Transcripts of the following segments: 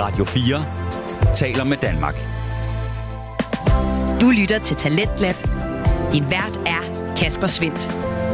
Radio 4 taler med Danmark. Du lytter til Talentlab. Din vært er Kasper Svindt.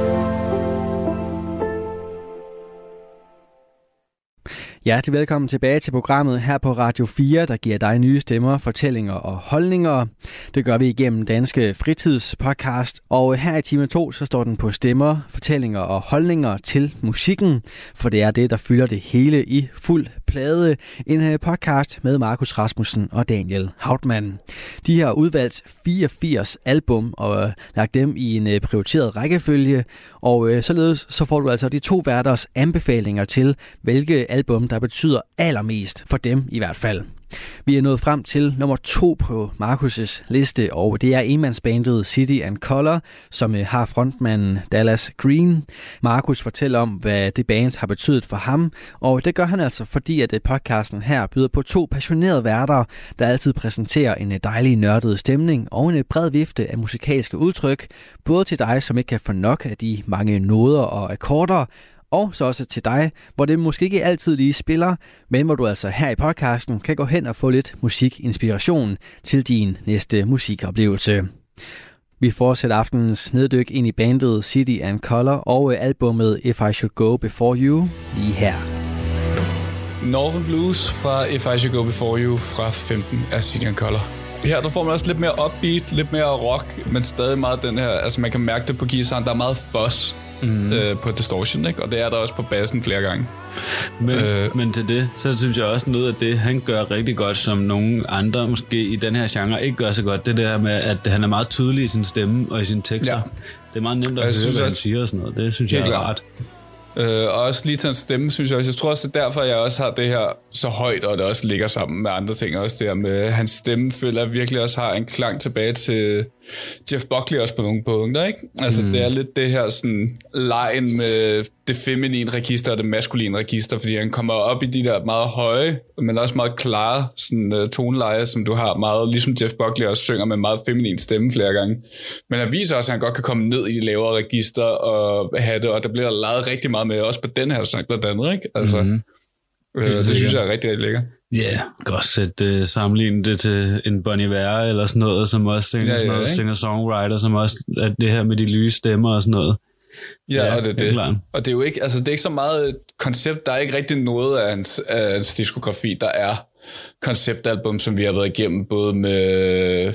Hjertelig velkommen tilbage til programmet her på Radio 4, der giver dig nye stemmer, fortællinger og holdninger. Det gør vi igennem Danske Fritidspodcast, og her i time 2, så står den på stemmer, fortællinger og holdninger til musikken, for det er det, der fylder det hele i fuld plade. En podcast med Markus Rasmussen og Daniel Hautmann. De har udvalgt 84 album og lagt dem i en prioriteret rækkefølge, og således så får du altså de to værters anbefalinger til, hvilke album, der betyder allermest for dem i hvert fald. Vi er nået frem til nummer 2 på Markus' liste, og det er enmandsbandet City and Colour, som har frontmanden Dallas Green. Markus fortæller om, hvad det band har betydet for ham, og det gør han altså, fordi at podcasten her byder på 2 passionerede værter, der altid præsenterer en dejlig nørdet stemning og en bred vifte af musikalske udtryk, både til dig, som ikke kan få nok af de mange noder og akkorder, og så også til dig, hvor det måske ikke altid lige spiller, men hvor du altså her i podcasten kan gå hen og få lidt musikinspiration til din næste musikoplevelse. Vi fortsætter aftenens neddyk ind i bandet City and Colour og albummet If I Should Go Before You lige her. Northern Blues fra If I Should Go Before You fra 15 af City and Colour. Her der får man også lidt mere upbeat, lidt mere rock, men stadig meget den her, altså man kan mærke det på guitaren, der er meget fuzz på distortion, ikke? Og det er der også på bassen flere gange. Men til det, så synes jeg også noget af det, han gør rigtig godt, som nogle andre måske i den her genre ikke gør så godt, det der med, at han er meget tydelig i sin stemme og i sine tekster. Ja. Det er meget nemt at høre, hvad han siger og sådan noget. Det synes jeg er rart. Og også lige til hans stemme, synes jeg også. Jeg tror også, det er derfor, jeg også har det her så højt, og det også ligger sammen med andre ting også. Det her med hans stemme, føler jeg virkelig også har en klang tilbage til Jeff Buckley også på nogle punkter, ikke? Altså, det er lidt det her sådan lejen med det feminine register og det maskuline register, fordi han kommer op i de der meget høje, men også meget klare sådan, toneleje, som du har meget, ligesom Jeff Buckley også synger med meget feminin stemme flere gange. Men han viser også, at han godt kan komme ned i de lavere register og have det, og der bliver leget rigtig meget med, også på den her sang blandt andet, ikke? Altså, det synes jeg er rigtig, rigtig lækkert. Ja, yeah, kan også sammenligne det til en Bon Iver eller sådan noget, som også synger singer-songwriter, som også er det her med de lyse stemmer og sådan noget. Ja, og det er det. Og det er jo ikke, altså det er ikke så meget et koncept, der er ikke rigtig noget af hans diskografi, der er konceptalbum, som vi har været igennem, både med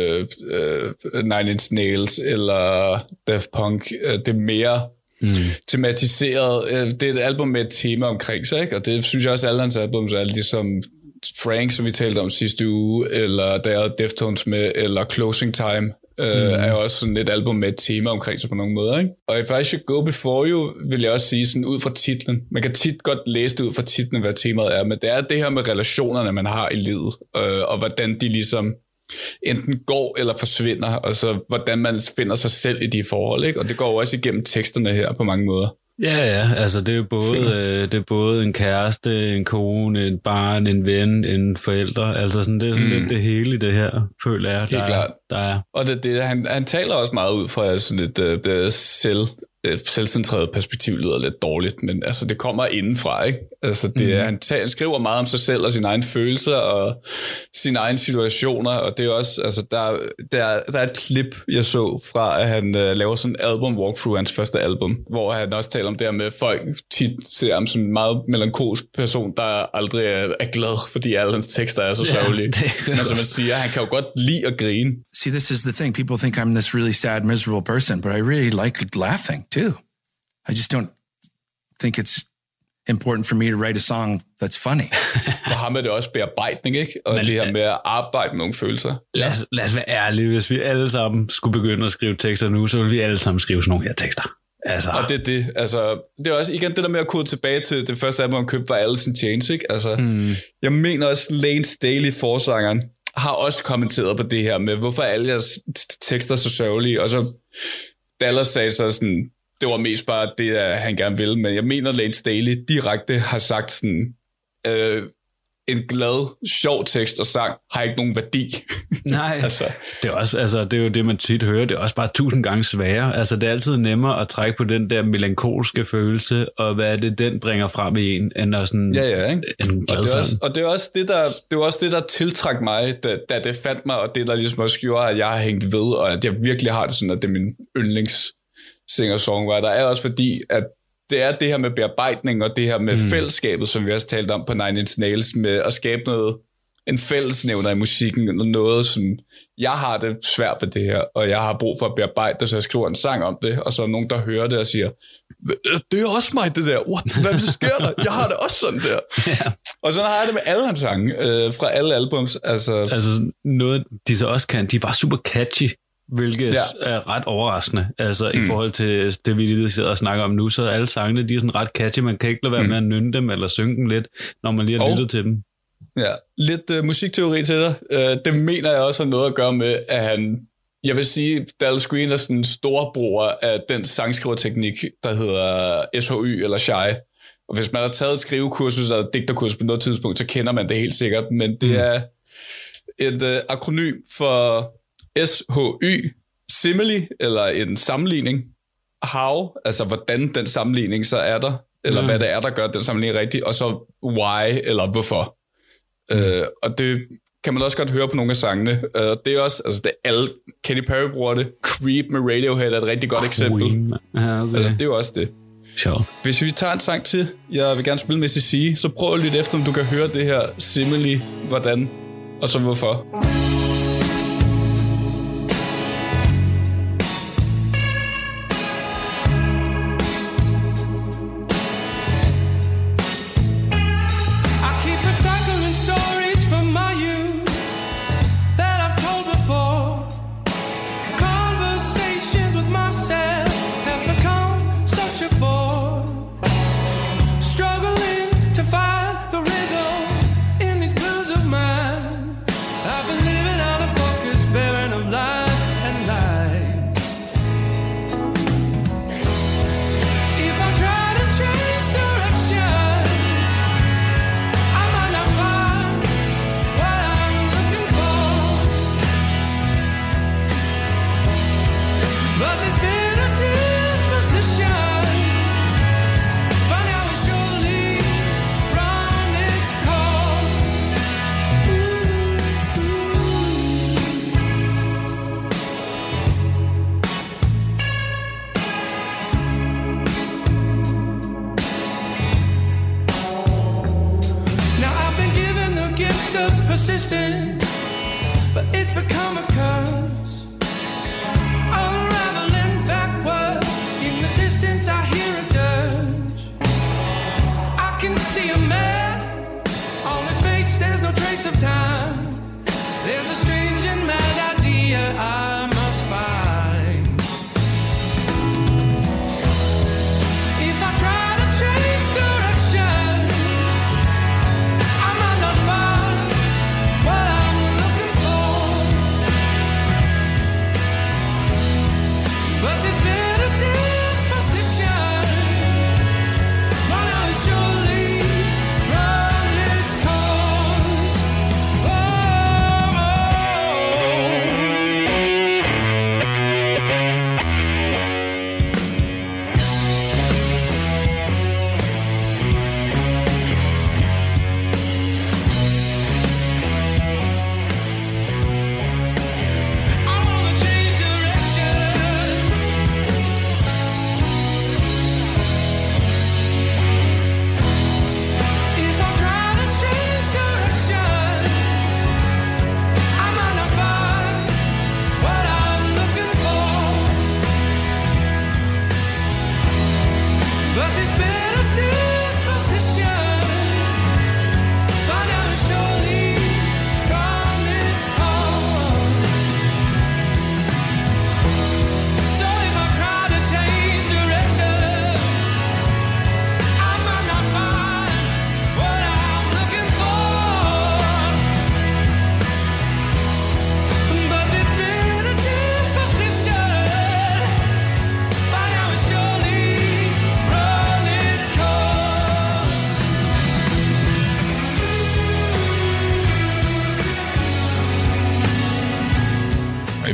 Nine Inch Nails eller Daft Punk. Det er mere tematiseret. Det er et album med et tema omkring sig, ikke? Og det synes jeg også, alle hans album er ligesom Frank, som vi talte om sidste uge, eller der er Deftones med, eller Closing Time, er jo også sådan et album med et tema omkring sig på nogle måder, ikke? Og If I Should Go Before You, vil jeg også sige sådan ud fra titlen. Man kan tit godt læse det ud fra titlen, hvad temaet er, men det er det her med relationerne, man har i livet, og hvordan de ligesom enten går eller forsvinder, og så hvordan man finder sig selv i de forhold, ikke? Og det går også igennem teksterne her på mange måder. Ja, altså det er jo både en kæreste, en kone, et barn, en ven, en forældre, altså sådan, det er sådan lidt det hele i det her, føler jeg, der er. Og han taler også meget ud fra sådan et selvcentreret perspektiv, lyder lidt dårligt, men altså det kommer indenfra, ikke? Altså han skriver meget om sig selv og sine egne følelser og sine egne situationer, og det er også, altså der er et klip, jeg så fra, at han laver sådan en album walkthrough, hans første album, hvor han også taler om det her med, at folk tit ser ham som en meget melankolsk person, der aldrig er glad, fordi alle hans tekster er så sørgelige. Men som man siger, han kan jo godt lide at grine. See, this is the thing. People think I'm this really sad, miserable person, but I really like laughing too. I just don't think it's important for me to write a song that's funny. For ham er det også bearbejdning, ikke? Og det her med at arbejde med nogle følelser. Lad os være ærlige. Hvis vi alle sammen skulle begynde at skrive tekster nu, så ville vi alle sammen skrive sådan nogle her tekster. Altså. Og det er det. Altså, det er også igen det der med at kode tilbage til det første album, han købte for Alice in Chains, ikke? Altså, jeg mener også, Lane Staley, forsangeren, har også kommenteret på det her med, hvorfor alle jeres tekster er så sørgelige. Og så Dallas sagde så sådan, det var mest bare det, han gerne ville, men jeg mener, Lane Staley direkte har sagt sådan, en glad, sjov tekst og sang har ikke nogen værdi. Nej, altså. Det er også, altså, det er jo det, man tit hører. Det er også bare 1000 gange sværere. Altså, det er altid nemmere at trække på den der melankolske følelse, og hvad er det, den bringer frem i en, end at sådan en glad sang. Og det er også det, der tiltræk mig, da det fandt mig, og det, der ligesom også gjorde, at jeg har hængt ved, og at jeg virkelig har det sådan, at det er min yndlings singer-songwriter, er også fordi, at det er det her med bearbejdning, og det her med fællesskabet, som vi også talt om på Nine Inch Nails, med at skabe en fællesnævner i musikken, og noget, som jeg har det svært ved det her, og jeg har brug for at bearbejde det, så jeg skriver en sang om det, og så er nogen, der hører det og siger, det er også mig, det der. Hvad sker der? Jeg har det også sådan der. Ja. Og sådan har jeg det med alle hans sange, fra alle albums. Altså noget, de så også kan, de er bare super catchy, hvilket er ret overraskende. Altså i forhold til det, vi lige sidder og snakker om nu, så alle sangene, de er sådan ret catchy. Man kan ikke lade være med at nynne dem, eller synge dem lidt, når man lige har lyttet til dem. Ja, lidt musikteori til dig. Det mener jeg også har noget at gøre med, at han... Jeg vil sige, Dallas Green er sådan en storbror af den sangskriverteknik, der hedder SHY eller Shy. Og hvis man har taget et skrivekursus eller et digterkursus på noget tidspunkt, så kender man det helt sikkert. Men det er et akronym for SHY, simile, eller en sammenligning. How, altså hvordan den sammenligning så er der, eller hvad det er, der gør den sammenligning rigtig. Og så why, eller hvorfor. Og det kan man også godt høre på nogle af sangene. Det er også, altså det er alle, Katy Perry bruger det, Creep med Radiohead er et rigtig godt eksempel. Ja, okay. Altså det er jo også det. Sure. Hvis vi tager en sang til, jeg vil gerne spille med CC, så prøv lidt efter, om du kan høre det her simile, hvordan, og så hvorfor.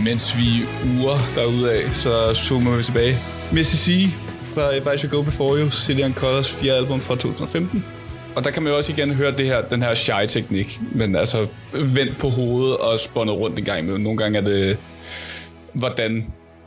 mens vi uger derudaf, så zoomer vi tilbage. Missy C fra If I Should Go Before You, City and Colours 4. album fra 2015. Og der kan man jo også igen høre den her shy-teknik, men altså vendt på hovedet og spundet rundt en gang med. Nogle gange er det hvordan,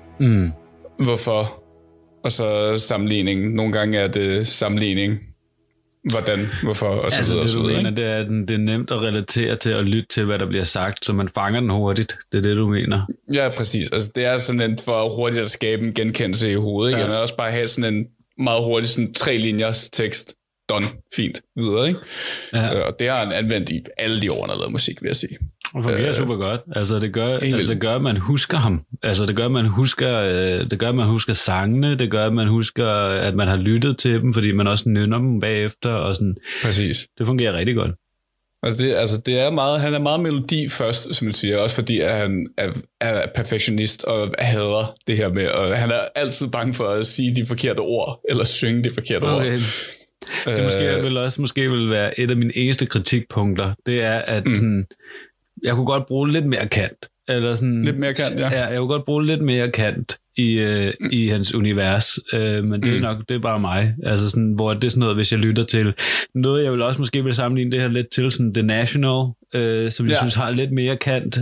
hvorfor, og så sammenligning. Nogle gange er det sammenligning, hvordan, hvorfor, og så videre. Altså det du mener, det er, at det er nemt at relatere til og lytte til, hvad der bliver sagt, så man fanger den hurtigt. Det er det, du mener. Ja, præcis. Altså det er sådan en for hurtigt at skabe en genkendelse i hovedet. Ikke? Ja. Man også bare have sådan en meget hurtig sådan 3 linjers tekst. Done. Fint. Videre, ikke? Ja. Og det har han anvendt i alle de år, han har lavet musik, vil jeg sige. Og fungerer super godt. Altså det gør, at man husker ham. Altså det gør, at man husker sangene. Det gør, at man husker, at man har lyttet til dem, fordi man også nynner dem bagefter. Og sådan. Præcis. Det fungerer rigtig godt. Det er meget, han er meget melodi først, som man siger, også fordi at han er perfektionist og hader det her med, og han er altid bange for at sige de forkerte ord, eller synge de forkerte ord. Det måske vil være et af mine eneste kritikpunkter, det er, at jeg kunne godt bruge lidt mere kant. Eller sådan, lidt mere kant, ja. Jeg kunne godt bruge lidt mere kant i hans univers, men det er bare mig. Altså sådan, hvor det er sådan noget, hvis jeg lytter til noget, jeg vil også måske vil sammenligne det her lidt til, sådan The National, som jeg synes har lidt mere kant,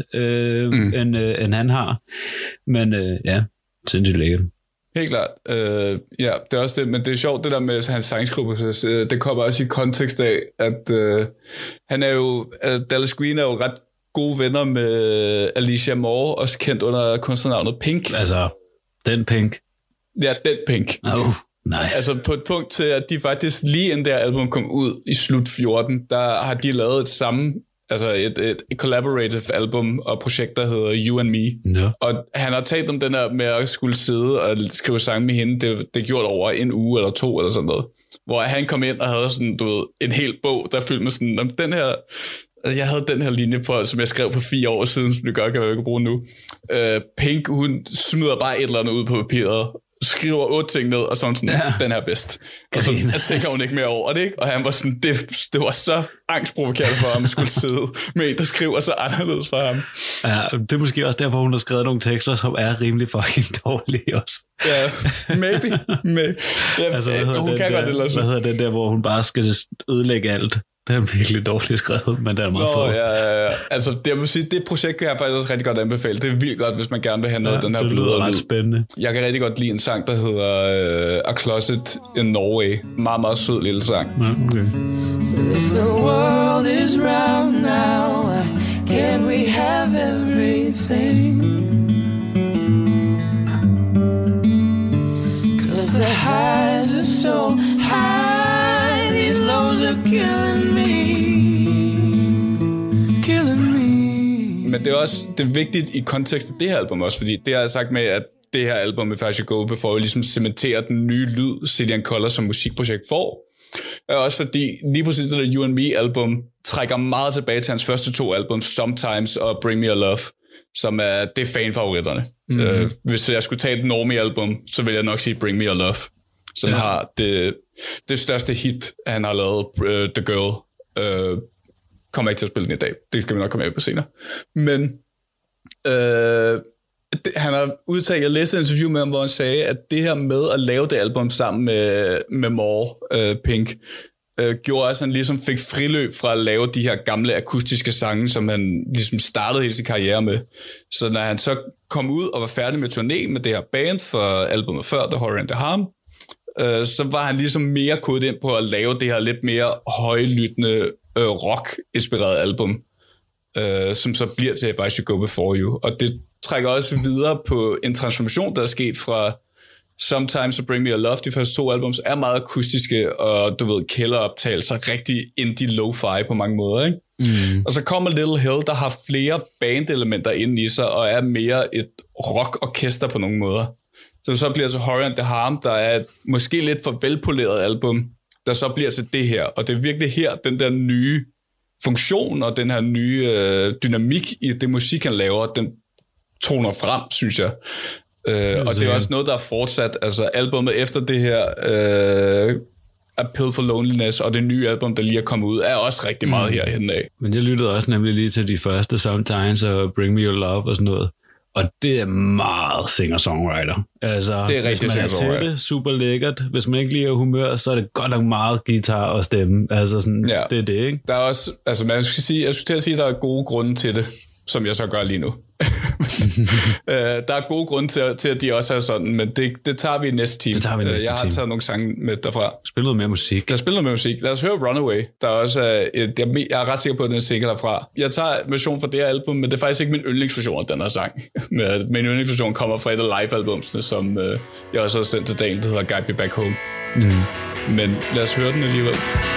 end han har. Men sindssygt lækkert. Helt klart. Ja, det er også det, men det er sjovt det der med hans sangskriveproces. Det kommer også i kontekst af, at han er jo, Dallas Green er jo ret gode venner med Alicia Moore, også kendt under kunstnernavnet Pink. Altså, den Pink. Ja, den Pink. Nice. Altså på et punkt til, at de faktisk lige inden der album kom ud i slut 14, der har de lavet et collaborative album og projekt, der hedder You and Me. No. Og han har talt om den her med at skulle sidde og skrive sange med hende. Det gjort over en uge eller 2 eller sådan noget. Hvor han kom ind og havde sådan, du ved, en hel bog, der fyldte med sådan, om den her... Jeg havde den her linje på, som jeg skrev for 4 år siden, som det gør, kan jeg jo ikke bruge nu. Pink, hun smider bare et eller andet ud på papiret, skriver 8 ting ned, og sådan, den her bedst. Og så jeg tænker hun ikke mere over det, ikke? Og han var sådan, det var så angstprovokerende for ham, at skulle sidde med en, der skriver så anderledes for ham. Ja, det er måske også derfor, hun har skrevet nogle tekster, som er rimelig fucking dårlige også. Ja, maybe. Ja, altså, hun kan godt det. Hvad hedder den der, hvor hun bare skal ødelægge alt? Det er virkelig dårligt skrevet, men det er meget få. Ja. Altså, det, jeg vil sige, det projekt kan jeg faktisk også rigtig godt anbefale. Det er vildt godt, hvis man gerne vil have noget af den her blødere lyd. Det lyder ret spændende. Jeg kan rigtig godt lide en sang, der hedder A Closet in Norway. Meget, meget sød lille sang. Ja, okay. So if the world is round now, can we have everything? 'Cause the highs are so high, these lows are killing me. Men det er også det er vigtigt i kontekst af det her album også, fordi det har jeg sagt med, at det her album, If I Should Go Before You, ligesom cementerer den nye lyd, City and Colours som musikprojekt får. Og også fordi lige præcis det der You and Me album trækker meget tilbage til hans første 2 album, Sometimes og Bring Me Your Love, som er det fanfavoritterne. Hvis jeg skulle tage et normie album, så vil jeg nok sige Bring Me Your Love, som har det største hit, han har lavet, The Girl. Kommer ikke til at spille den i dag. Det skal vi nok komme af på senere. Men han har udtalt, jeg læste et interview med ham, hvor han sagde, at det her med at lave det album sammen med Moore, Pink, gjorde også, at han ligesom fik friløb fra at lave de her gamle akustiske sange, som han ligesom startede hele sin karriere med. Så når han så kom ud og var færdig med turné med det her band for albumet før, The Horror and the Harm, så var han ligesom mere kodet ind på at lave det her lidt mere højlyttende rock-inspireret album, som så bliver til If I Should Go Before You. Og det trækker også videre på en transformation, der er sket fra Sometimes og Bring Me Your Love. De første 2 albums er meget akustiske, og du ved, kælderoptagelser, rigtig indie lo-fi på mange måder, ikke? Og så kommer Little Hill, der har flere bandelementer inde i sig, og er mere et rock-orkester på nogle måder. Så bliver til Horror and the Harm, der er et måske lidt for velpoleret album, der så bliver til det her. Og det er virkelig her, den der nye funktion og den her nye dynamik i det musik, han laver, den toner frem, synes jeg. Og det er også noget, der er fortsat. Altså albumet efter det her, A Pill for Loneliness, og det nye album, der lige er kommet ud, er også rigtig meget herhen af. Men jeg lyttede også nemlig lige til de første Sometimes og Bring Me Your Love og sådan noget. Og det er meget singer-songwriter. Altså, det er rigtig hvis man er til det, super lækkert. Hvis man ikke lige er humør, så er det godt nok meget guitar og stemme. Altså sådan, det er det, ikke? Der er også, altså jeg skulle til at sige, at der er gode grunde til det, som jeg så gør lige nu. Der er gode grunde til, at de også er sådan, men det tager vi i næste time. Jeg har taget nogle sange med derfra. Spil noget mere musik. Lad os høre Runaway. Der er også, jeg er ret sikker på, at den er single derfra. Jeg tager version fra det her album, men det er faktisk ikke min yndlingsversion af den her sang. Min yndlingsversion kommer fra et af live-albumsene, som jeg også har sendt til Daniel, der hedder Guide Me Back Home. Men lad os høre den alligevel.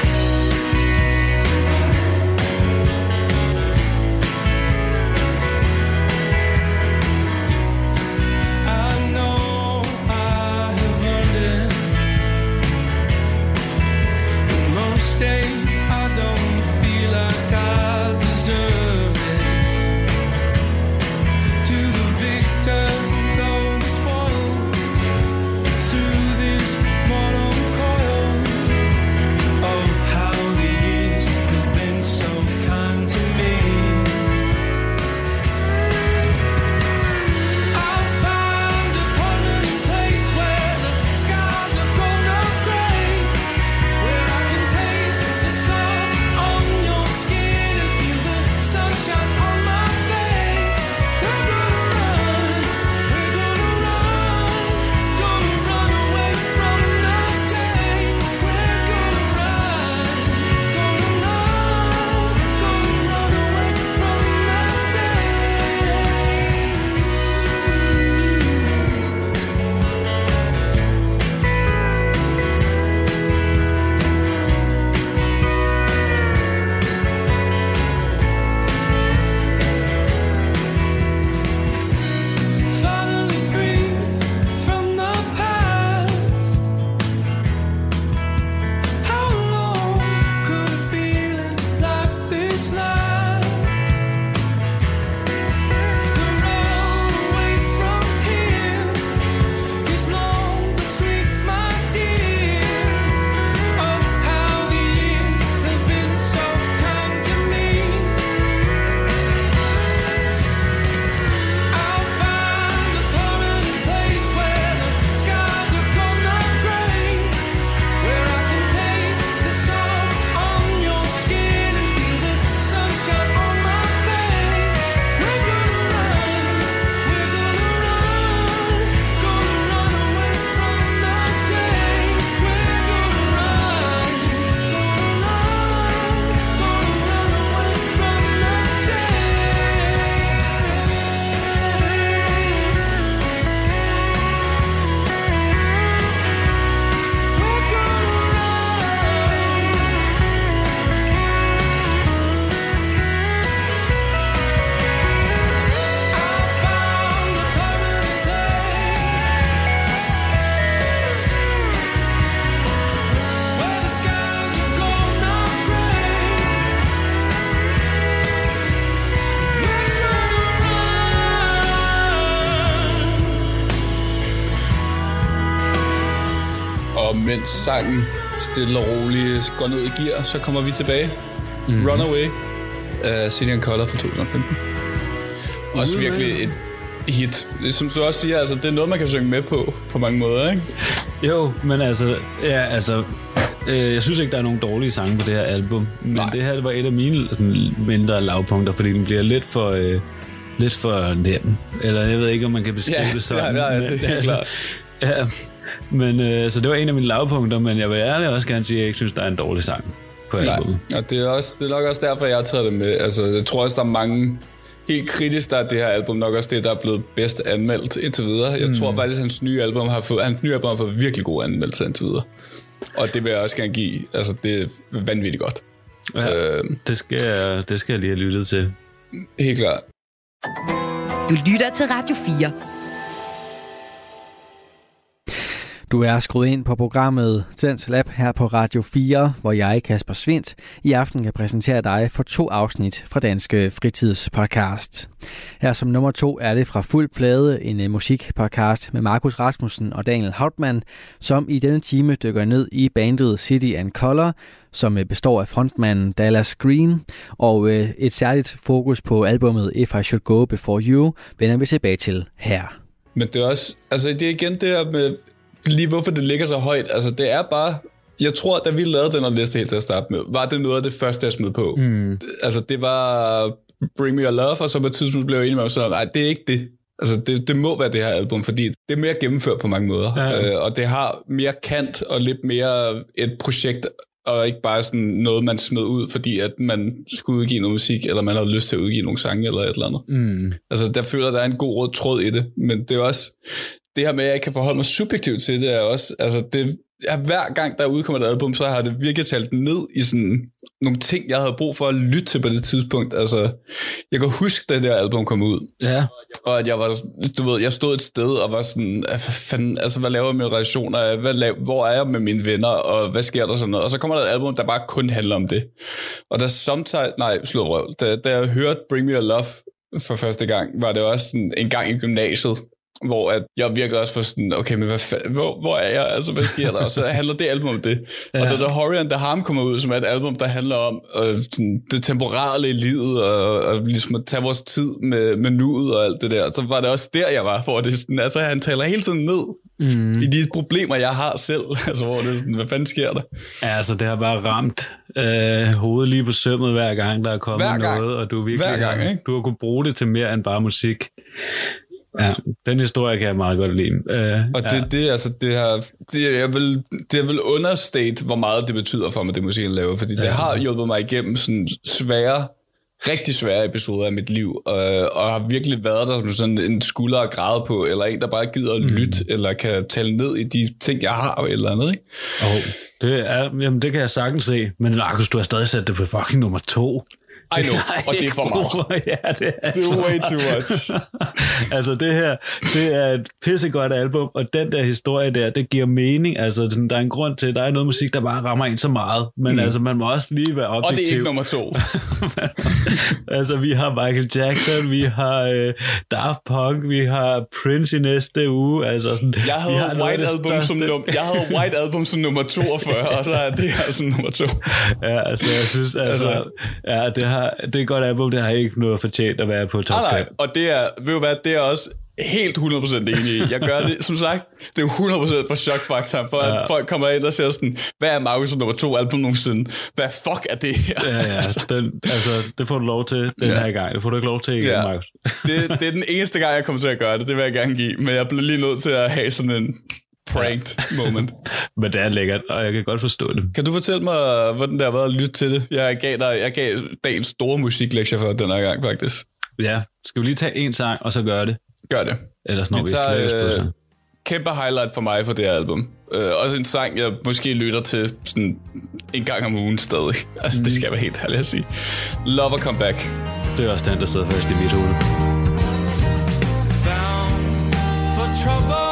Mens sangen stille og roligt går ned i gear, så kommer vi tilbage. Runaway af City & Colour fra 2015. Også virkelig et hit. Som du også siger, altså, det er noget, man kan synge med på mange måder, ikke? Jo, men altså, jeg synes ikke, der er nogen dårlige sange på det her album. Men det her var et af mine mindre lavpunkter, fordi den bliver lidt for nem. Eller jeg ved ikke, om man kan beskrive det sådan. Ja, det er helt klart. Ja, men så det var en af mine lavpunkter, men jeg vil ærligt også gerne sige, at jeg ikke synes, der er en dårlig sang på albumet. Og det er nok også derfor, jeg har taget det med. Altså, jeg tror også, der er mange helt kritisk, der er det her album nok også det, der er blevet bedst anmeldt indtil videre. Jeg tror faktisk, hans nye album har fået virkelig gode anmeldelser indtil videre. Og det vil jeg også gerne give. Altså, det er vanvittigt godt. Ja, det skal jeg lige have lyttet til. Helt klart. Du lytter til Radio 4. Du er skruet ind på programmet Tens Lab her på Radio 4, hvor jeg, Kasper Svindt, i aften kan præsentere dig for 2 afsnit fra Danske Fritidspodcast. Her som nummer 2 er det fra Fuld Plade, en musikpodcast med Markus Rasmussen og Daniel Hauptmann, som i denne time dykker ned i bandet City & Colour, som består af frontmanden Dallas Green, og et særligt fokus på albummet If I Should Go Before You vender vi tilbage til her. Men det er også, altså det er igen det her med, lige hvorfor det ligger så højt, altså det er bare, jeg tror, da vi lavede den her liste helt til at starte med, var det noget af det første, jeg smed på. Altså det var Bring Me Your Love, og så på et tidspunkt blev jeg enig med mig selv, nej, det er ikke det. Altså det må være det her album, fordi det er mere gennemført på mange måder, og det har mere kant og lidt mere et projekt, og ikke bare sådan noget, man smed ud, fordi at man skulle udgive noget musik, eller man havde lyst til at udgive nogle sange, eller et eller andet. Altså der føler der er en god rød tråd i det, men det er også, det her med, at jeg kan forholde mig subjektivt til det, er også, altså det hver gang der udkommer et album, så har det virkelig talt ned i sådan nogle ting, jeg havde brug for at lytte til på det tidspunkt. Altså, jeg kan huske, da det der album kom ud. Ja. Og at jeg var, du ved, jeg stod et sted og var sådan, hvad laver jeg med relationer? Hvor er jeg med mine venner? Og hvad sker der sådan noget? Og så kommer der et album, der bare kun handler om det. Og der da jeg hørte Bring Me Your Love for første gang, var det også sådan en gang i gymnasiet, hvor at jeg virkelig også var sådan, okay, men hvor er jeg? Altså, hvad sker der? Og så handler det album om det. Ja. Og da The Horror and the Harm kommer ud, som er et album, der handler om sådan, det temporale i livet, og ligesom at tage vores tid med nuet og alt det der, så var det også der, jeg var, for det sådan, altså han taler hele tiden ned i de problemer, jeg har selv, altså hvor det er sådan, hvad fanden sker der? Ja, altså det har bare ramt hovedet lige på sømmet hver gang, der er kommet noget, og du virkelig du har kunnet bruge det til mere end bare musik. Ja, den historie kan jeg meget godt lide. Og det vil understate, hvor meget det betyder for mig, det musik, jeg laver, fordi det har hjulpet mig igennem sådan rigtig svære episoder af mit liv, og har virkelig været der som sådan en skulder at græde på, eller en, der bare gider at lytte, eller kan tale ned i de ting, jeg har, eller andet, ikke? Det kan jeg sagtens se, men Markus, du har stadig sat det på fucking nummer 2. I know, og det er for meget. Ja, det er way too much. Altså det her, det er et pissegodt album, og den der historie der, det giver mening. Altså der er en grund til, der er noget musik, der bare rammer ind så meget, men altså man må også lige være objektiv. Og det er ikke nummer 2. Altså vi har Michael Jackson, vi har Daft Punk, vi har Prince i næste uge. Altså sådan, jeg havde White Album som nummer 42, og så er det her som nummer 2. Ja, altså jeg synes, ja, det er et godt album, det har ikke noget fortjent at være på top 5. Og det er, ved du hvad, det er også helt 100% enig i. Jeg gør det, som sagt, det er 100% for chokfaktoren, for at folk kommer ind og siger sådan, hvad er Markus' nummer 2 album nogensinde? Hvad fuck er det her? Ja, det får du lov til den her gang. Det får du ikke lov til igen, Markus. Det er den eneste gang, jeg kommer til at gøre det. Det vil jeg gerne give, men jeg bliver lige nødt til at have sådan en pranked moment. Men det er lækkert, og jeg kan godt forstå det. Kan du fortælle mig, hvordan det har været at lytte til det? Jeg gav dagens store musiklektier for den her gang, faktisk. Ja, skal vi lige tage en sang, og så gøre det? Gør det. Ellers når vi tager kæmpe highlight for mig for det her album. Også en sang, jeg måske lytter til sådan en gang om ugen stadig. Altså, det skal være helt herligt at sige. Love or Come Back. Det er også den, der sidder fast i mit hoved. Bound for trouble.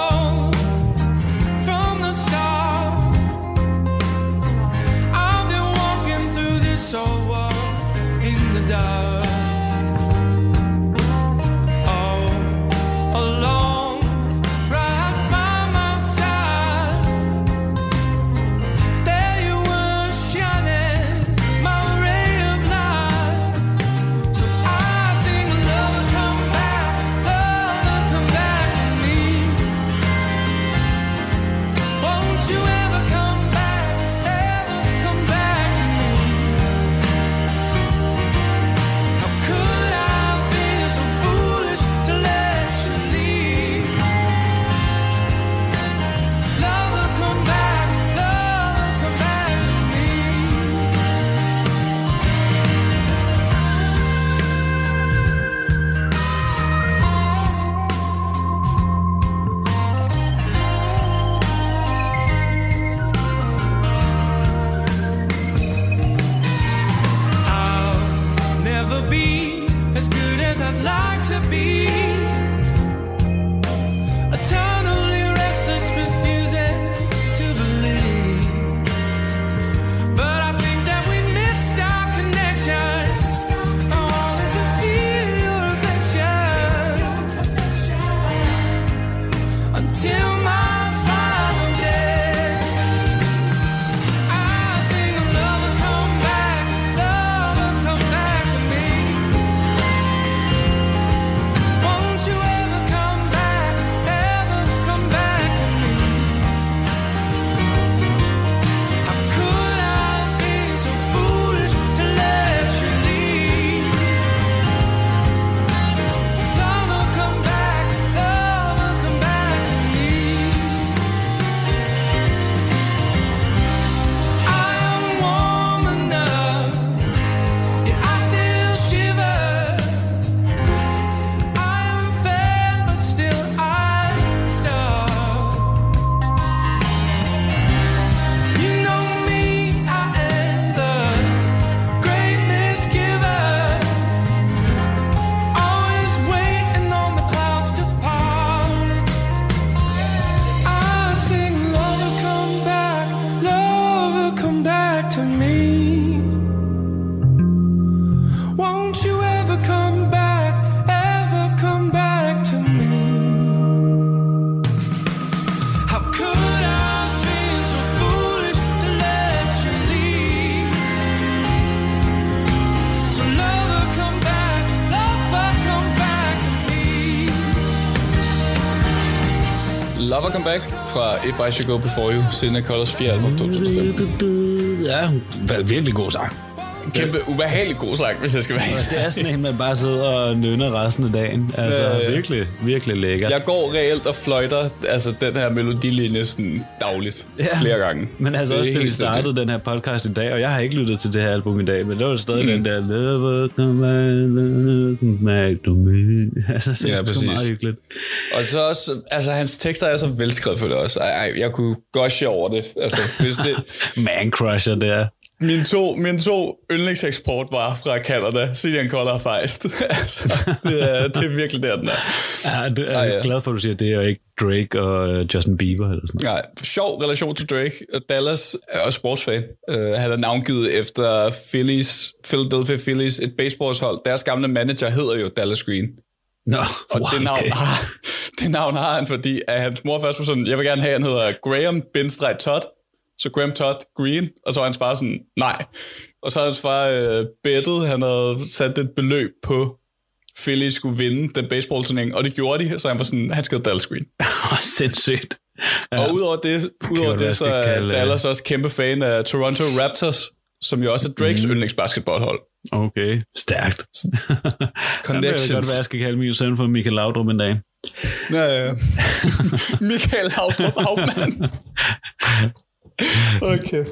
Won't you ever come back to me? How could I be so foolish to let you leave? So lover, come back to me. Lover Come Back fra If I Should Go Before You, Selena Colors 4. album 2005. Ja, virkelig god sang. Kæmpe ubehagelig god sang, hvis jeg skal være helt. Det er sådan en, man bare sidder og nynner resten af dagen. Altså virkelig, virkelig lækkert. Jeg går reelt og fløjter altså den her melodilinje sådan dagligt, flere gange. Men altså også, da vi startede den her podcast i dag, og jeg har ikke lyttet til det her album i dag, men det var stadig den der Lover Come Back to Me. Altså, det er præcis. Meget hyggeligt. Og så også, altså hans tekster er så velskrevet for det også. Jeg kunne goshe over det. Altså, hvis det Man crusher der. Mine to yndlingseksportvarer fra Canada, Cillian Color og Feist. Altså, det er virkelig der, den er. Ja, det er jeg glad for, at du siger, det er ikke Drake og Justin Bieber eller sådan noget. Nej, sjov relation til Drake. Dallas er også sportsfan. Han er navngivet efter Philadelphia Phillies, et baseballshold. Deres gamle manager hedder jo Dallas Green. Nå, og det navn har han, fordi at hans mor først var sådan, jeg vil gerne have, han hedder Graham-Todd. Så Graham Todd Green, og så var hans far sådan, nej. Og så havde hans far bettet, han havde sat et beløb på, Philly skulle vinde den baseballturnering, og det gjorde de, så han var sådan, han skal Dallas Green. Sindssygt. Ja. Og udover det så er Dallas også kæmpe fan af Toronto Raptors, som jo også er Drakes yndlingsbasketballhold. Okay, stærkt. Connections. Det er godt, hvad jeg skal kalde min søn for Michael Laudrup en dag. Ja. Michael Laudrup, Hauptmann. Okay,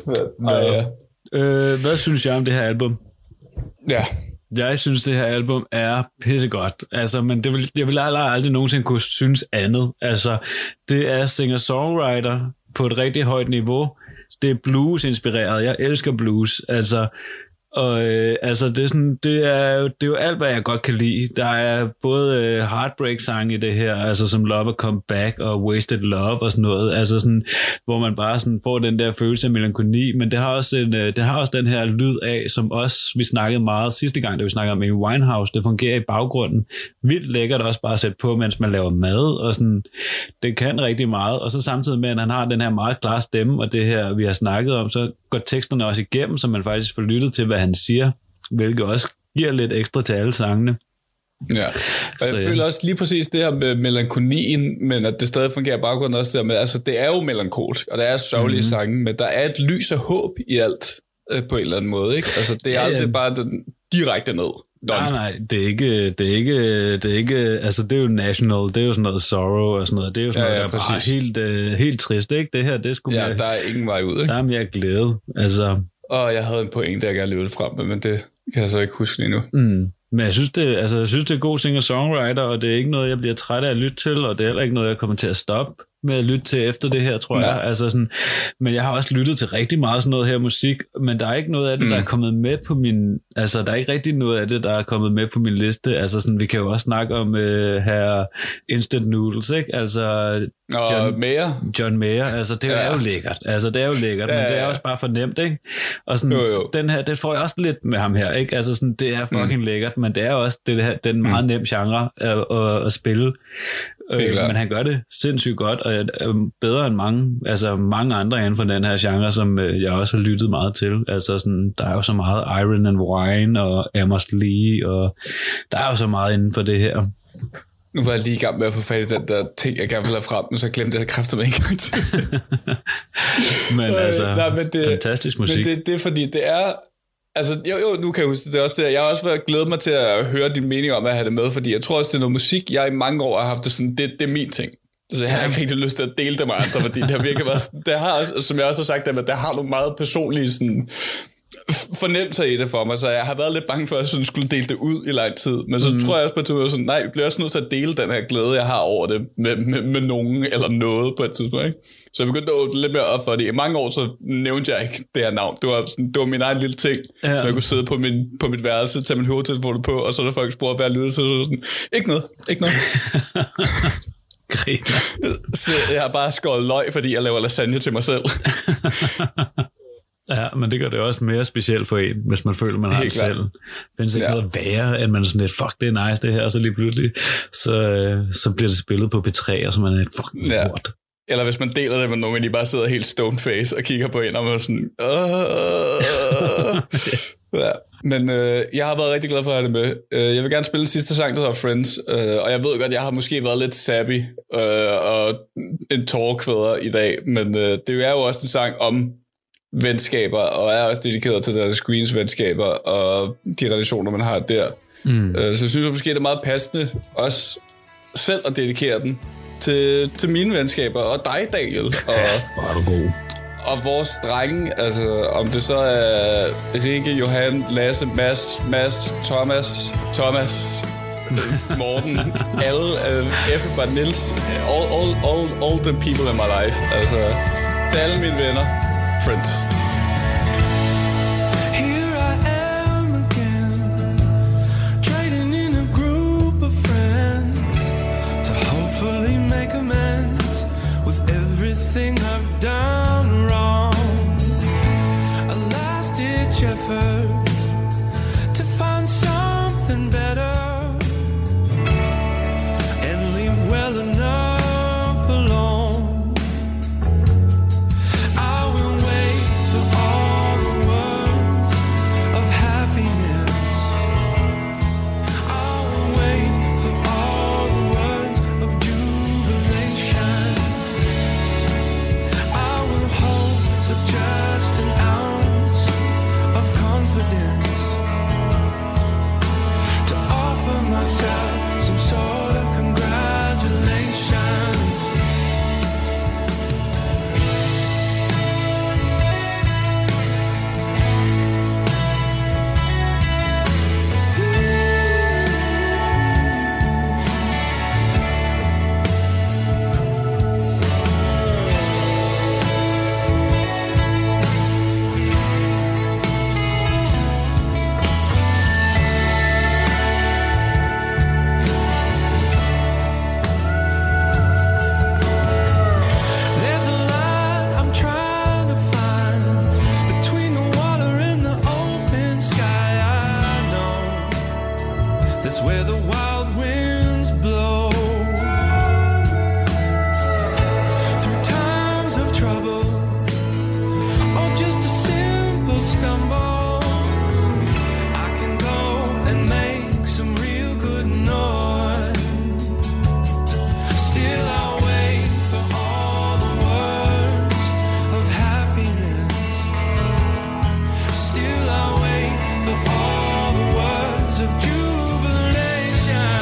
hvad synes jeg om det her album? Ja. Jeg synes, det her album er pissegodt. Altså, men jeg vil aldrig nogensinde kunne synes andet. Altså, det er singer-songwriter på et rigtig højt niveau. Det er blues-inspireret. Jeg elsker blues. Altså, og altså det er jo alt, hvad jeg godt kan lide. Der er både heartbreak-sange i det her, altså som Lover Come Back og Wasted Love og sådan noget, altså sådan, hvor man bare sådan får den der følelse af melankoli, men det har også den her lyd af, som også vi snakkede meget sidste gang, da vi snakkede om Amy Winehouse. Det fungerer i baggrunden. Vildt lækkert også bare at sætte på, mens man laver mad, og sådan, det kan rigtig meget, og så samtidig med, at han har den her meget klare stemme, og det her, vi har snakket om, så går teksterne også igennem, så man faktisk får lyttet til, hvad han siger, hvilket også giver lidt ekstra til alle sangene. Ja, og jeg føler også lige præcis det her med melankolien, men at det stadig fungerer i baggrunden også der med, altså det er jo melankolsk, og der er sørgelige sange, men der er et lys og håb i alt, på en eller anden måde, ikke? Altså det er aldrig bare den direkte ned. Nej, det er ikke, altså det er jo national, det er jo sådan noget sorrow og sådan noget, det er jo sådan noget, der bare helt trist, ikke? Det her, det skulle mere, der er ingen vej ud, ikke? Der er mere glæde, altså. Og jeg havde en pointe, jeg gerne ville frem med, men det kan jeg så ikke huske lige nu. Men jeg synes, det er god singer-songwriter, og det er ikke noget, jeg bliver træt af at lytte til, og det er heller ikke noget, jeg kommer til at stoppe med at lytte til efter det her, tror jeg. Altså sådan, men jeg har også lyttet til rigtig meget sådan noget her musik, men der er ikke noget af det, der er kommet med på min, altså der er ikke rigtig noget af det, der er kommet med på min liste. Altså sådan, vi kan jo også snakke om her Instant Noodles, ikke? Altså John Mayer, altså det er jo lækkert. Altså det er jo lækkert, men det er også bare for nemt, ikke? Og sådan, den her, det får jeg også lidt med ham her, ikke? Altså sådan, det er fucking lækkert, men det er også den meget nem genre at spille. Men han gør det sindssygt godt, og bedre end mange andre inden for den her genre, som jeg også har lyttet meget til. Altså sådan, der er jo så meget Iron and Wine og Amos Lee, og der er jo så meget inden for det her. Nu var jeg lige i gang med at få fat i den der ting, jeg gerne ville have frem, men så glemte jeg kræfter mig en gang til. Men fantastisk musik. Men det er fordi, det er... Altså, jo, nu kan jeg huske det er også det. Jeg har også været glædet mig til at høre din mening om at have det med, fordi jeg tror også, det er noget musik, jeg i mange år har haft det sådan, det er min ting. Så jeg har ikke rigtig lyst til at dele det med andre, fordi det har virkelig været, det har også, som jeg også har sagt, at det har nogle meget personlige sådan, fornemmelser i det for mig, så jeg har været lidt bange for, at jeg sådan skulle dele det ud i lang tid, men så tror jeg også på, at du sådan, nej, vi bliver også nødt til at dele den her glæde, jeg har over det med nogen eller noget på et tidspunkt, ikke? Så jeg begyndte at åbne lidt mere op for det. I mange år så nævnte jeg ikke det her navn. Det var min egen lille ting, som jeg kunne sidde på mit værelse, tage min hovedtelefon på, og så der folk spurgte, hvad jeg lyder til, så sådan, ikke noget. Så jeg har bare skåret løg, fordi jeg laver lasagne til mig selv. Ja, men det gør det også mere specielt for en, hvis man føler, man har det selv. Findes ikke noget værre, end man er sådan lidt, fuck, det er nice det her, og så lige pludselig, så bliver det spillet på P3, og så man er et fucking lort. Eller hvis man deler det med nogen, og de bare sidder helt stone face og kigger på en, og man er sådan, ja. Men jeg har været rigtig glad for at have det med. Jeg vil gerne spille den sidste sang, der hedder Friends, og jeg ved godt, jeg har måske været lidt sappy og en tårekvæder i dag, men det er jo også en sang om venskaber, og er også dedikeret til deres Screens venskaber og de relationer, man har der. Så jeg synes måske, det er meget passende også selv at dedikere den til mine venskaber, og dig, Daniel. Og, var du god. Og vores drenge, altså om det så er Rikke, Johan, Lasse, Mads, Thomas, Morten, alle, everybody, Nils, all the people in my life. Altså, til alle mine venner, friends. To find something better and leave well enough alone. I will wait for all the words of happiness. I will wait for all the words of jubilation. I will hope for just an ounce of confidence to offer myself some sort of congratulations. Where the wild winds blow through times of trouble or just a simple stumble, I can go and make some real good noise. Still I'll wait for all the words of happiness. Still I'll wait for all the words of jubilation.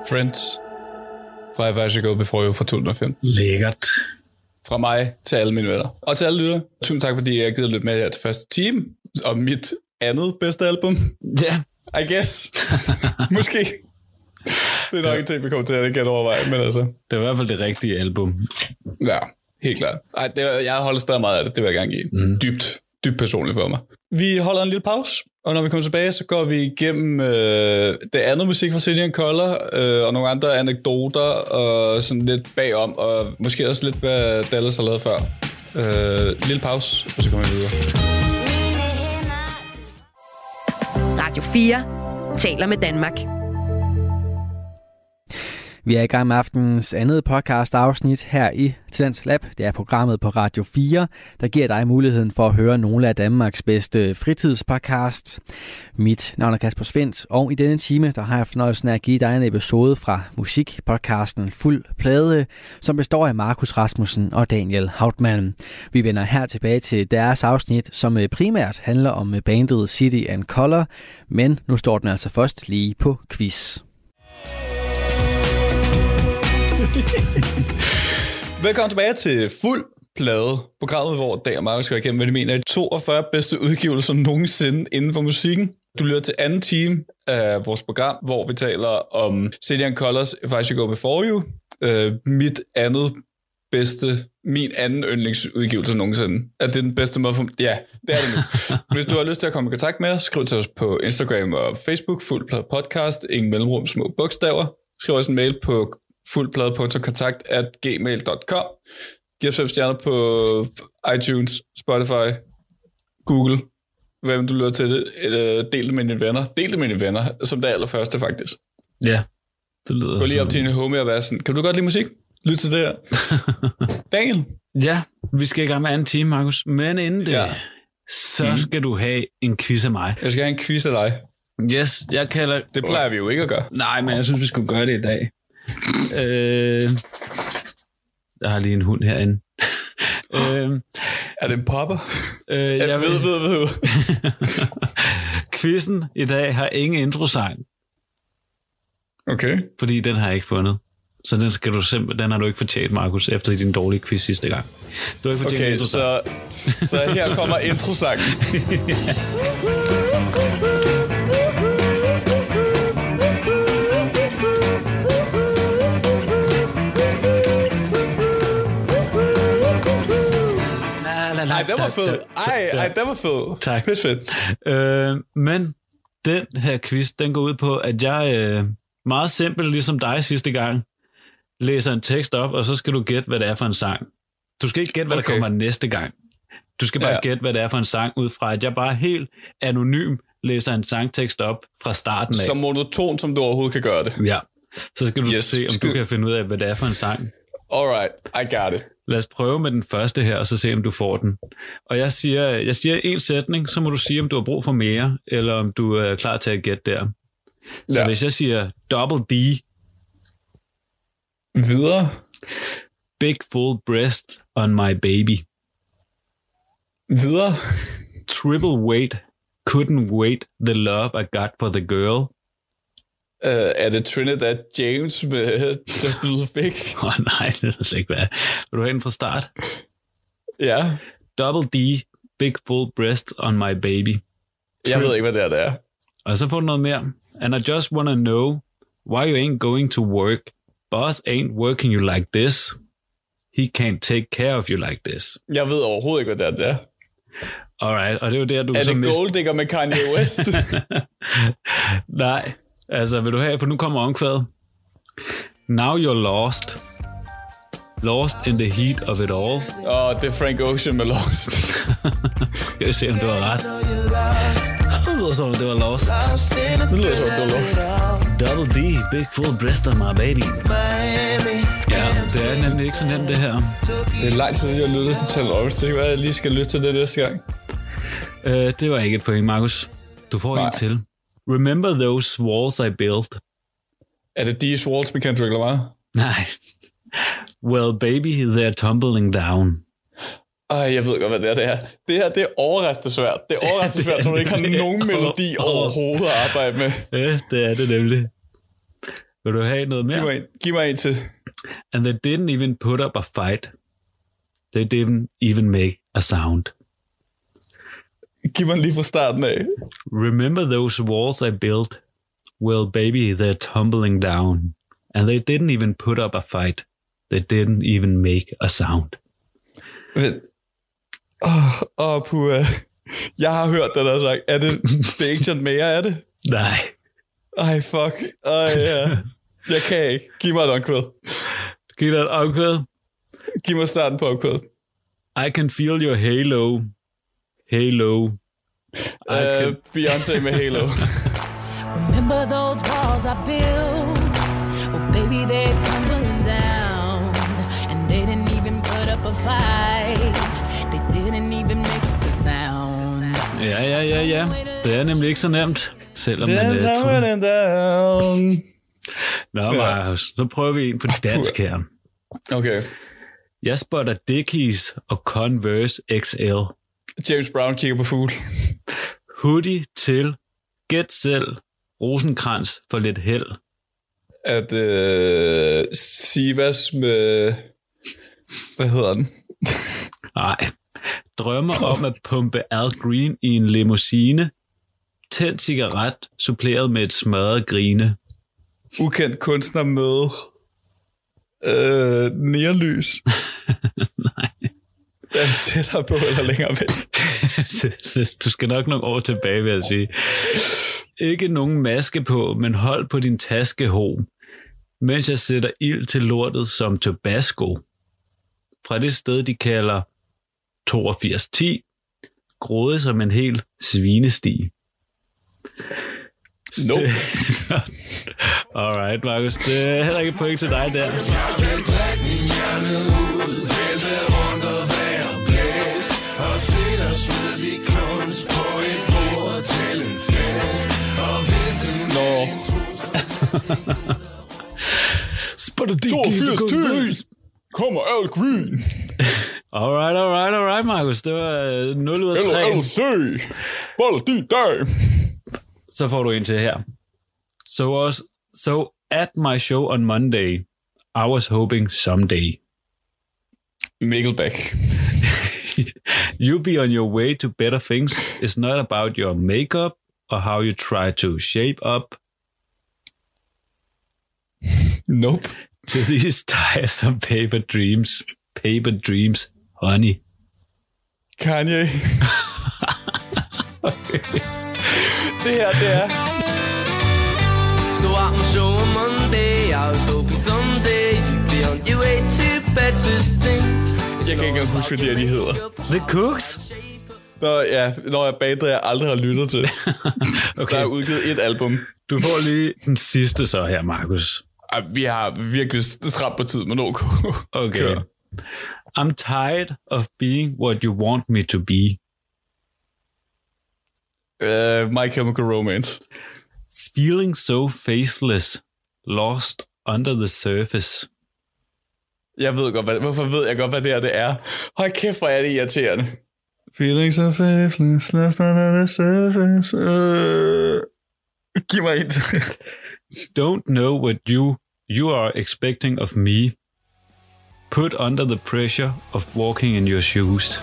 Friends fra If I Should Go Before You fra 2005. Lækkert. Fra mig til alle mine venner. Og til alle lytter. Tusind tak, fordi jeg givet lidt med her til første time. Og mit andet bedste album. Ja. I guess. Måske. Det er nok en ting, vi kommer til at ikke overveje, men altså. Det var i hvert fald det rigtige album. Ja, helt klart. Ej, jeg har holdt stadig meget af det, det vil jeg gerne give. Dybt personligt for mig. Vi holder en lille pause, og når vi kommer tilbage, så går vi igennem det andet musik fra City & Colour, og nogle andre anekdoter, og sådan lidt bagom, og måske også lidt, hvad Dallas har lavet før. Lille pause, og så kommer vi videre. Radio 4 taler med Danmark. Vi er i gang med aftenens andet podcast-afsnit her i Talents Lab. Det er programmet på Radio 4, der giver dig muligheden for at høre nogle af Danmarks bedste fritidspodcasts. Mit navn er Kasper Svendt, og i denne time der har jeg fornøjelsen af at give dig en episode fra musikpodcasten Fuld Plade, som består af Markus Rasmussen og Daniel Hautmann. Vi vender her tilbage til deres afsnit, som primært handler om bandet City & Colour, men nu står den altså først lige på quiz. Velkommen tilbage til Fuld Plade, programmet, hvor Dag og Markus skal igennem, hvad de mener er 42 bedste udgivelser nogensinde inden for musikken. Du lytter til anden time af vores program, hvor vi taler om City & Colours If I Should Go Before You. Min anden yndlingsudgivelse nogensinde. Er det den bedste måde for... Ja, det er det nu. Hvis du har lyst til at komme i kontakt med os, skriv til os på Instagram og Facebook, Fuld Plade Podcast, ingen mellemrum, små bogstaver. Skriv os en mail på fuldplade.kontakt@gmail.com. Giv os 5 stjerner på iTunes, Spotify, Google, hvem du lytter til det. Del det med dine venner. Del det med dine venner, som det allerførste faktisk. Ja, det lyder. Gå lige op til din homie og være sådan, kan du godt lide musik? Lyt til det her. Daniel? Ja, vi skal i gang med anden time, Markus. Men inden det, så skal du have en quiz af mig. Jeg skal have en quiz af dig. Yes, jeg kalder... Det plejer vi jo ikke at gøre. Nej, men jeg synes, vi skulle gøre det i dag. Jeg har lige en hund herinde. Er det en popper? Jeg ved. Quizzen i dag har ingen introsang. Okay. Fordi den har jeg ikke fundet. Så den har du ikke fortjent, Markus, efter din dårlige quiz sidste gang. Du har ikke fortjent introsang. Så her kommer introsangen. Ej, den var fed. Ej, den var fed. Tak. Pisfedt. Men den her quiz, den går ud på, at jeg meget simpelt, ligesom dig sidste gang, læser en tekst op, og så skal du gætte, hvad det er for en sang. Du skal ikke gætte, hvad der kommer næste gang. Du skal bare gætte, hvad det er for en sang, ud fra at jeg bare helt anonym læser en sangtekst op fra starten af. Så monoton, som du overhovedet kan gøre det. Ja. Så skal du se, om du kan finde ud af, hvad det er for en sang. Alright, I got it. Lad os prøve med den første her, og så se, om du får den. Og jeg siger en sætning, så må du sige, om du har brug for mere, eller om du er klar til at gætte der. Så hvis jeg siger double D. Videre. Big full breast on my baby. Videre. Triple weight, couldn't wait, the love I got for the girl. Er det Trinidad James med Just a Little Big? Nej, det er slet ikke hvad. Vil du have den fra start? Ja. Double D, big full breast on my baby. Jeg ved ikke, hvad det er. Og så får du noget mere. And I just wanna know why you ain't going to work. Boss ain't working you like this. He can't take care of you like this. Jeg ved overhovedet ikke, hvad det er. Alright, og det er jo der, du... Er det Golddigger med Kanye West? Nej, altså vil du have, for nu kommer omkvædet. Now you're lost. Lost in the heat of it all. Det er Frank Ocean med Lost. Skal vi se, om du har ret. Det lyder som, det var Lost. Det lyder som, det var Lost. Double D, big full breast on my baby. Ja, det er nemlig ikke så nemt det her. Det er lang tid, jeg lyttede til Channel Orange. Så jeg lige skal lytte til det næste gang. Det var ikke et point, Markus. Du får en til. Remember those walls I built. Er det These Walls med Kendrick Lamar? Nej. Well, baby, they're tumbling down. Jeg ved godt, hvad det er. Det her, det er overraskende svært. Det er overraskende svært, når du ikke har nogen melodi overhovedet at arbejde med. Ja, det er det nemlig. Vil du have noget mere? Giv mig en til. And they didn't even put up a fight. They didn't even make a sound. Giv mig lige fra starten af. Remember those walls I built? Well, baby, they're tumbling down. And they didn't even put up a fight. They didn't even make a sound. Puha. Jeg har hørt det, der har sagt. Er det ikke John Mayer, er det? Nej. Ej, fuck. Ja. Jeg kan ikke. Giv mig et omkvæd. Giv dig et omkvæd. Giv mig starten på omkvædet. I can feel your halo. Halo. Beyoncé med Halo. Remember those walls I built? Well, baby, they're tumbling down. And they didn't even put up a fight. They didn't even make the sound. Ja. Det er nemlig ikke så nemt, selvom man er down. Nå, Marcus, så prøver vi en på dansk her. Okay. Jeg spotter Dickies og Converse XL. James Brown kigger på fugl. Hoodie til Gæt selv. Rosenkrantz for lidt held. At Sivas med... Hvad hedder den? Nej. Drømmer om at pumpe Al Green i en limousine. Tændt cigaret, suppleret med et smadret grine. Ukendt kunstner med neonlys. Nej. Er det tættere på eller længere væk? Du skal nok nogle år tilbage, vil jeg sige. Ikke nogen maske på, men hold på din taskeho, mens jeg sætter ild til lortet som Tabasco. Fra det sted, de kalder 8210, gråde som en hel svinesti. Nope. Alright, Marcus. Det er heller ikke point til dig der. Spotter Dickies. Kommer Al Green. Alright, Marcus. Det var 0 ud af 3. LLC. Bold din dag. Så får du en til her. So at my show on Monday, I was hoping someday. Nickelback. You be on your way to better things. It's not about your makeup or how you try to shape up. Nope. To these tiresome paper dreams, honey. Kanye. Okay. Det her, det er. So at my show on Monday, I was hoping someday you'd be on your way to better things. Jeg kan ikke engang huske, hvad de hedder. The Cooks? Når jeg bandet, jeg aldrig har lyttet til. Okay. Der er udgivet et album. Du får lige den sidste så her, Marcus. Vi har virkelig stramt på tid, men okay. Kør. I'm tired of being what you want me to be. My Chemical Romance. Feeling so faithless, lost under the surface. Jeg ved godt, hvorfor ved jeg godt, hvad det her det er? Hold kæft, hvor er det irriterende. Feeling so faithless, lost under the surface. Giv mig et. Don't know what you are expecting of me. Put under the pressure of walking in your shoes.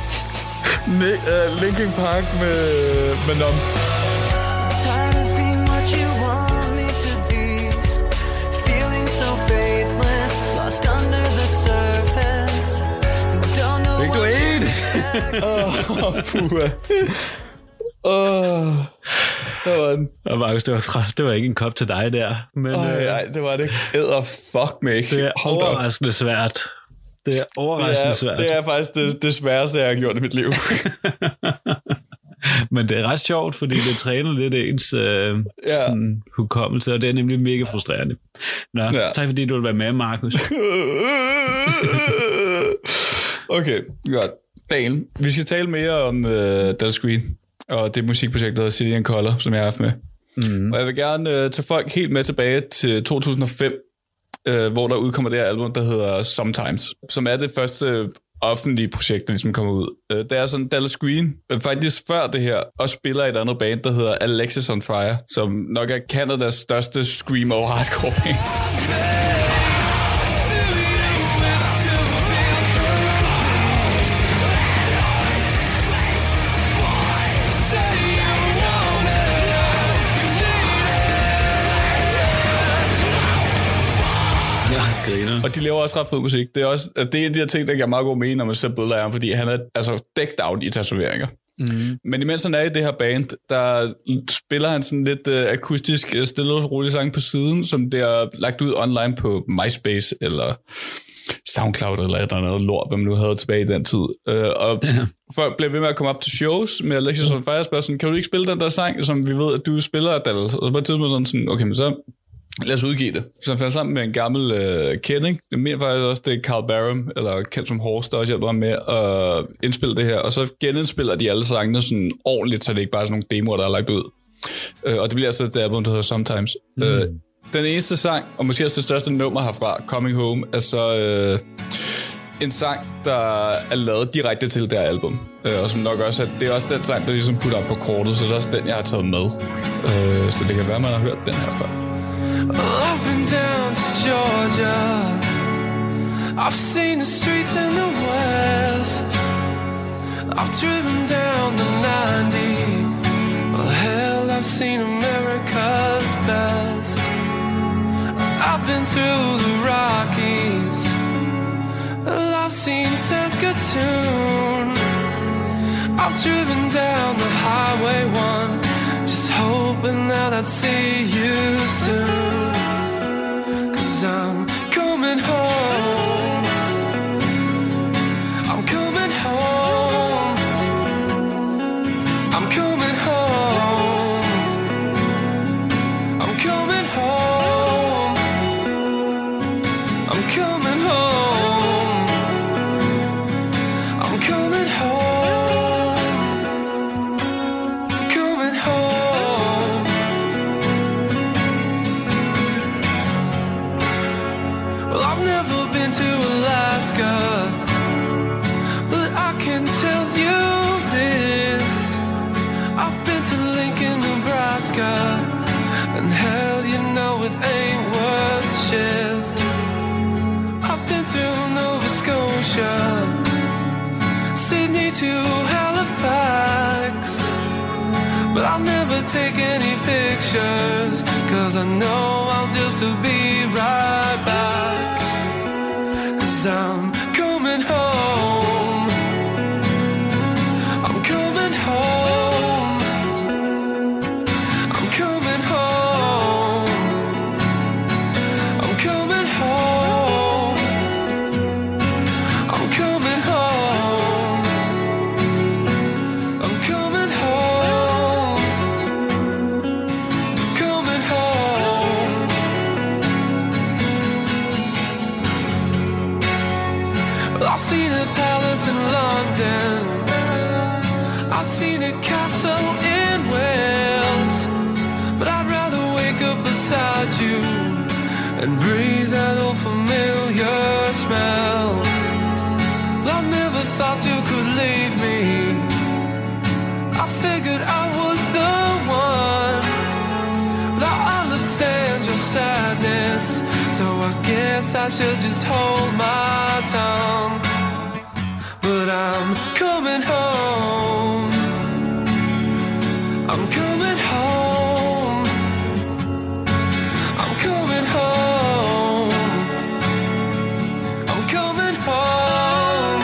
Linkin Park med Numb. Tired of being what you want me to be. Feeling so faithless, lost under the surface. Don't know what det var den. Og Marcus, det var ikke en kop til dig der. Men, nej, det var det. Fuck mig. Det er overraskende svært. Det er faktisk det sværeste, jeg har gjort i mit liv. Men det er ret sjovt, fordi det træner lidt ens sådan, hukommelse, og det er nemlig mega frustrerende. Nå, tak fordi du vil være med, Marcus. Okay, godt. Daniel, vi skal tale mere om Dallas Green og det musikprojekt, der hedder City and Colour, som jeg har haft med. Og jeg vil gerne tage folk helt med tilbage til 2005, hvor der udkommer det her album, der hedder Sometimes, som er det første offentlige projekt, der ligesom kommer ud. Det er sådan Dallas Green, faktisk før det her, og spiller i et andet band, der hedder Alexis on Fire, som nok er Canadas største screamo hardcore. Og de laver også ret fed musik. Det er en af de her ting, der giver meget god mening, når man ser billeder af ham, fordi han er altså dækket out i tatoveringer. Men imens han er i det her band, der spiller han sådan lidt akustisk, stille og rolig sang på siden, som det er lagt ud online på MySpace eller SoundCloud eller et eller andet lort, hvad man nu havde tilbage i den tid. Og folk blev ved med at komme op til shows med Alexis on Fire, spørgsmål, kan du ikke spille den der sang, som vi ved, at du spiller, Dallas? Og så på et tidspunkt sådan, okay, men så lad os udgive det. Så han fandt sammen med en gammel kending. Det mener faktisk også, det er Carl Barham, eller kendt som Horst, der også hjælper med at indspille det her. Og så genindspiller de alle sangene sådan ordentligt, så det ikke bare er sådan nogle demoer, der er lagt ud. Og det bliver altså det album, der hedder Sometimes. Den eneste sang, og måske også det største nummer herfra, Coming Home, er så en sang, der er lavet direkte til det her album. Og som nok også det er også den sang, der ligesom putter op på kortet, så det er også den, jeg har taget med. Så det kan være, man har hørt den her før. I've been down to Georgia. I've seen the streets in the west. I've driven down the 90. Well, hell, I've seen America's best. I've been through the Rockies. Well, I've seen Saskatoon. I've driven down the Highway 1. Just hoping that I'd see you soon. 'Cause I'm coming home. I'm coming home. I'm coming home. I'm coming home. I'm coming home. I'm coming home. Coming home. Well, I've never been to Alaska, but I can tell you this. I've been to Lincoln, Nebraska, and hell, you know it ain't worth shit. I've been through Nova Scotia, Sydney to Halifax, but I'll never take any pictures, 'cause I know I'll just be right back. 'Cause I'm coming home. I'm coming home. I'm coming home. I'm coming home. I'm coming home. I'm coming home. Coming home. Well, I've seen a palace in London. I've seen a castle in Wales, but I'd rather wake up beside you and breathe that old familiar smell. But I never thought you could leave me. I figured I was the one, but I understand your sadness, so I guess I should just hold my tongue. But I'm coming home. I'm coming home. I'm coming home. I'm coming home.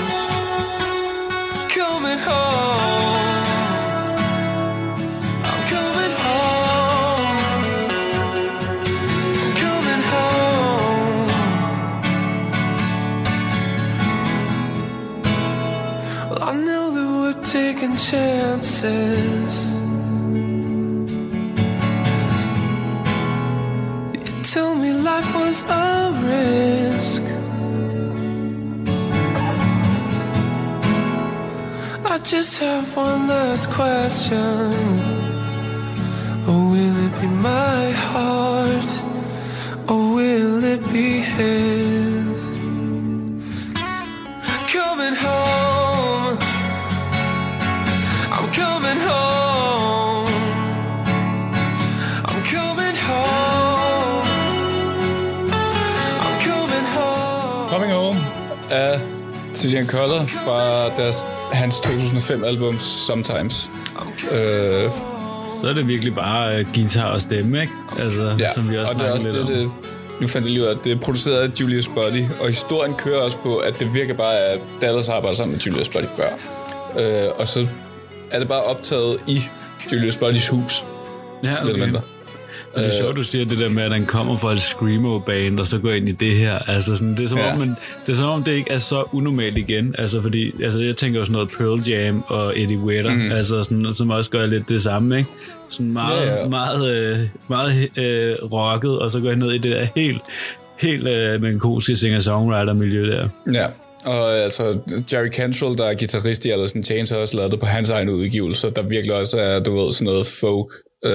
Coming home. I'm coming home. I'm coming home. Well, I know that we're taking chances. You told me life was a risk. I just have one last question. Or will it be my heart? Or will it be his? Come City & Colour fra hans 2005-album Sometimes. Så er det virkelig bare guitar og stemme, ikke? Altså, ja, som vi også og det er også det, nu fandt jeg lige ud af, at det er produceret af Julius Buddy, og historien kører også på, at det virker bare, at Dallas har arbejdet sammen med Julius Buddy før. Og så er det bare optaget i Julius Buddys hus. Ja, okay. Og det er sjovt, du siger det der med, at han kommer fra et screamo-band, og så går ind i det her. Altså sådan, det er som om det ikke er så unormalt igen. Altså fordi, jeg tænker jo sådan noget Pearl Jam og Eddie Vedder, altså sådan, som også gør lidt det samme, ikke? Sådan meget rocket, og så går jeg ned i det der helt melankolske singer-songwriter-miljø der. Ja. Og altså, Jerry Cantrell, der er guitarist i Alice in Chains, har også lavet det på hans egen udgivelse, der virkelig også er, du ved, sådan noget folk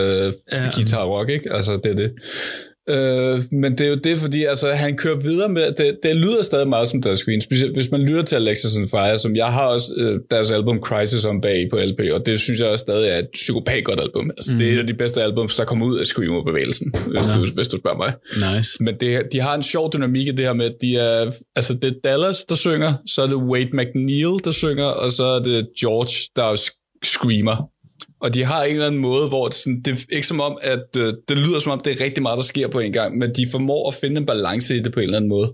guitar rock, ikke? Altså, det er det. Men det er jo det, fordi altså, han kører videre med, det lyder stadig meget som Dallas Green, specielt hvis man lytter til Alexis on Fire, som jeg har også deres album Crisis om bag på LP, og det synes jeg også stadig er et psykopat godt album. Altså, det er et af de bedste albums, der kommer ud af Screamo-bevægelsen, hvis du spørger mig. Nice. Men de har en sjov dynamik i det her med, at det er Dallas, der synger, så er det Wade McNeil, der synger, og så er det George, der screamer. Og de har en eller anden måde, hvor det er ikke som om, at det lyder som om, det er rigtig meget, der sker på en gang, men de formår at finde en balance i det på en eller anden måde.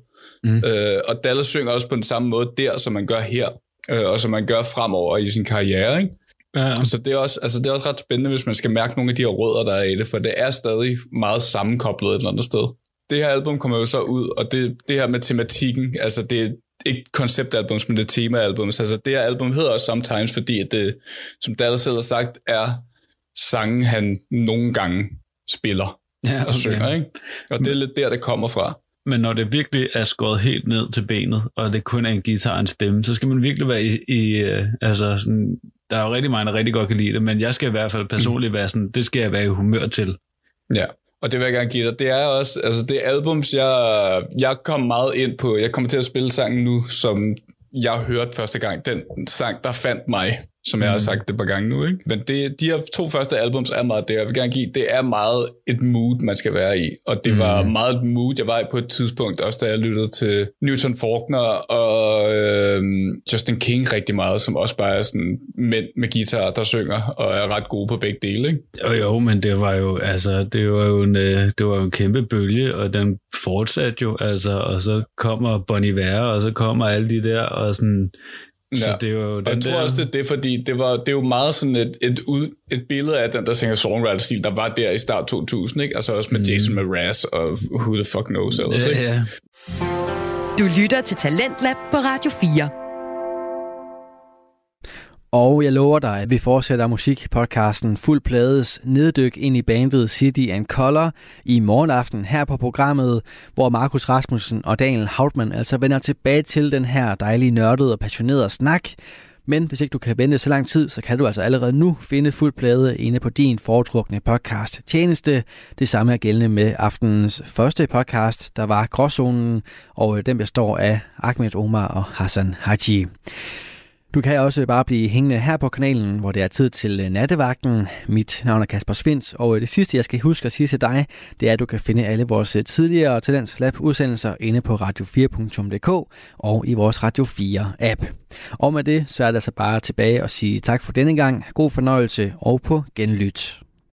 Og Dallas synger også på den samme måde der, som man gør her, og som man gør fremover i sin karriere, ikke? Ja. Så det er også ret spændende, hvis man skal mærke nogle af de her rødder, der er i det, for det er stadig meget sammenkoblet et eller andet sted. Det her album kommer jo så ud, og det her med tematikken, altså det er ikke konceptalbums, men det er temaalbums. Altså det her album hedder også Sometimes, fordi det, som Dallas selv har sagt, er sangen, han nogle gange spiller og synger, ikke? Og det er lidt der, det kommer fra. Men når det virkelig er skåret helt ned til benet, og det kun er en guitar og en stemme, så skal man virkelig være altså sådan, der er jo rigtig mange, der rigtig godt kan lide det, men jeg skal i hvert fald personligt være sådan, det skal jeg være i humør til. Ja. Og det vil jeg gerne give dig. Det er også, altså det er albums, jeg kom meget ind på. Jeg kommer til at spille sangen nu, som jeg hørte første gang. Den sang, der fandt mig, som jeg har sagt det et par gange nu, ikke? Men de her 2 første albums er meget det. Jeg vil gerne give, det er meget et mood, man skal være i. Og det var meget et mood, jeg var i på et tidspunkt, også da jeg lyttede til Newton Faulkner og Justin King rigtig meget, som også bare er sådan mænd med guitar, der synger, og er ret gode på begge dele, ikke? Jo, men det var jo en kæmpe bølge, og den fortsatte jo, altså, og så kommer Bon Iver, og så kommer alle de der, og sådan. Så ja. det er jo den jeg tror også, det er fordi, det er jo meget sådan et billede af den der singer-songwriter-stil, der var der i start 2000, ikke? Altså også med Jason Mraz og Who the Fuck Knows ellers, ikke? Ja. Du lytter til Talentlab på Radio 4. Og jeg lover dig, at vi fortsætter musikpodcasten Fuld Plades neddyk ind i bandet City & Colour i morgenaften her på programmet, hvor Markus Rasmussen og Daniel Hautmann altså vender tilbage til den her dejlige nørdede og passionerede snak. Men hvis ikke du kan vente så lang tid, så kan du altså allerede nu finde Fuld Plade inde på din foretrukne podcast tjeneste. Det samme er gældende med aftenens første podcast, der var Gråzonen, og den består af Ahmed Omar og Hassan Haji. Du kan også bare blive hængende her på kanalen, hvor det er tid til nattevagten. Mit navn er Kasper Svindt, og det sidste, jeg skal huske at sige til dig, det er, at du kan finde alle vores tidligere Talentlab-udsendelser inde på radio4.dk og i vores Radio 4-app. Og med det, så er det altså bare tilbage og sige tak for denne gang. God fornøjelse og på genlyt.